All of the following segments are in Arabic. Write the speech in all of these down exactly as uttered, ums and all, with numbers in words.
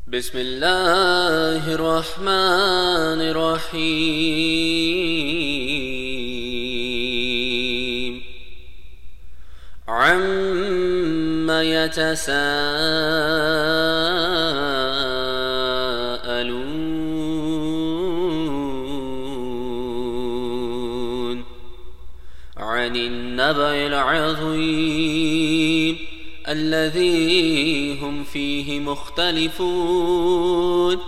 بسم الله الرحمن الرحيم عم يتساءلون عن النبأ العظيم الذي هم فيه مختلفون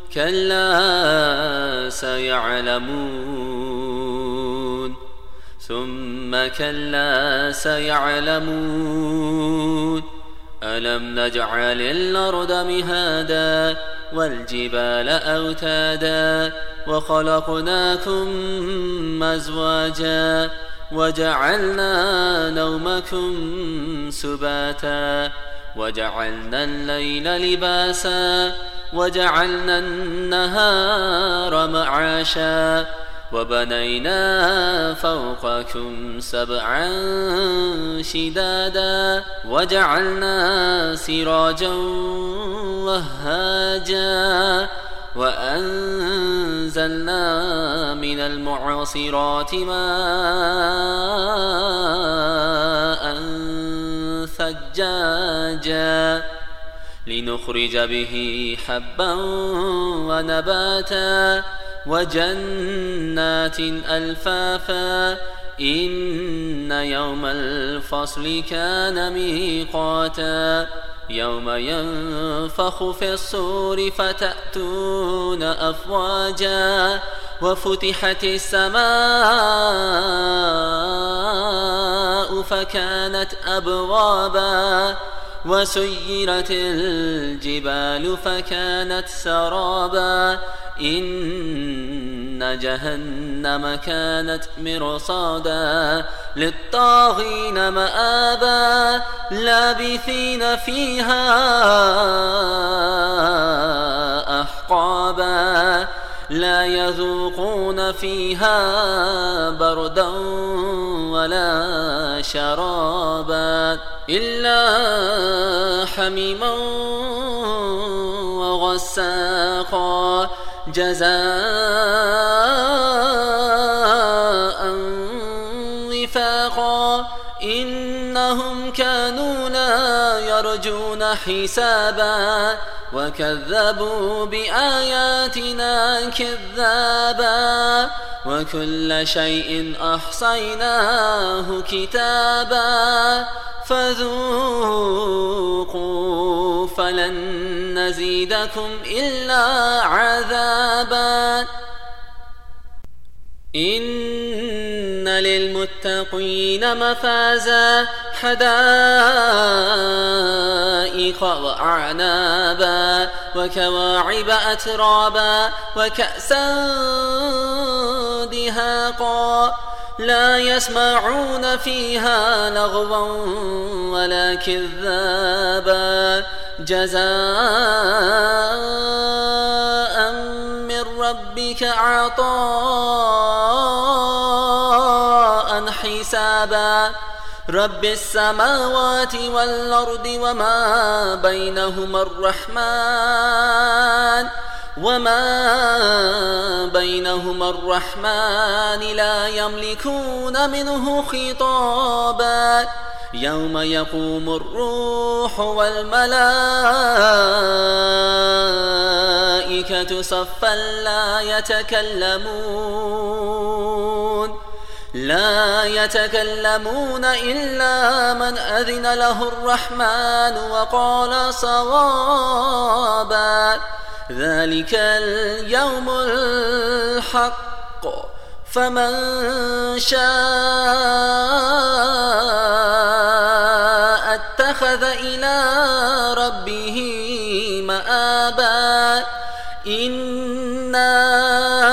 كلا سيعلمون ثم كلا سيعلمون ألم نجعل الأرض مهادا والجبال أوتادا وخلقناكم أزواجا وجعلنا نومكم سباتا وجعلنا الليل لباسا وجعلنا النهار معاشا وبنينا فوقكم سبعا شدادا وجعلنا سراجا وهاجا وأنزلنا من المعصرات ماء ثجاجا لنخرج به حبا ونباتا وجنات ألفافا إن يوم الفصل كان ميقاتا يوم ينفخ في الصور فتأتون أفواجا وفتحت السماء فكانت أبوابا وسيرت الجبال فكانت سرابا إن جهنم كانت مرصادا للطاغين مآبا لابثين فيها أحقابا لا يذوقون فيها بردا ولا شرابا إلا حميما وغساقا جزاء وفاقا إنهم كانوا لا يرجون حسابا وكذبوا بآياتنا كذابا وكل شيء أحصيناه كتابا فذوقوا فلن نزيدكم إلا عذابا إن للمتقين مفازا حدائق وأعنابا وكواعب أترابا وكأسا دهاقا لا يسمعون فيها لغوا ولا كذابا جزاء من ربك عطاء حسابا رب السماوات والأرض وما بينهما الرحمن وما بينهما الرحمن لا يملكون منه خطابا يوم يقوم الروح والملائكة صفا لا يتكلمون لا يتكلمون إلا من أذن له الرحمن وقال صوابا ذلك اليوم الحق فمن شاء اتخذ إلى ربه مآبا إنا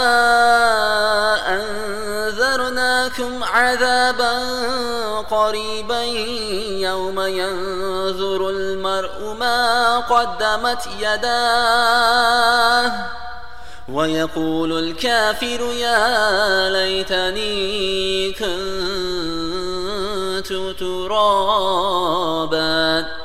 أنذرناكم عذابا قريبا يوم ينظر المرء ما قدمت يداه ويقول الكافر يا ليتني كنت ترابا.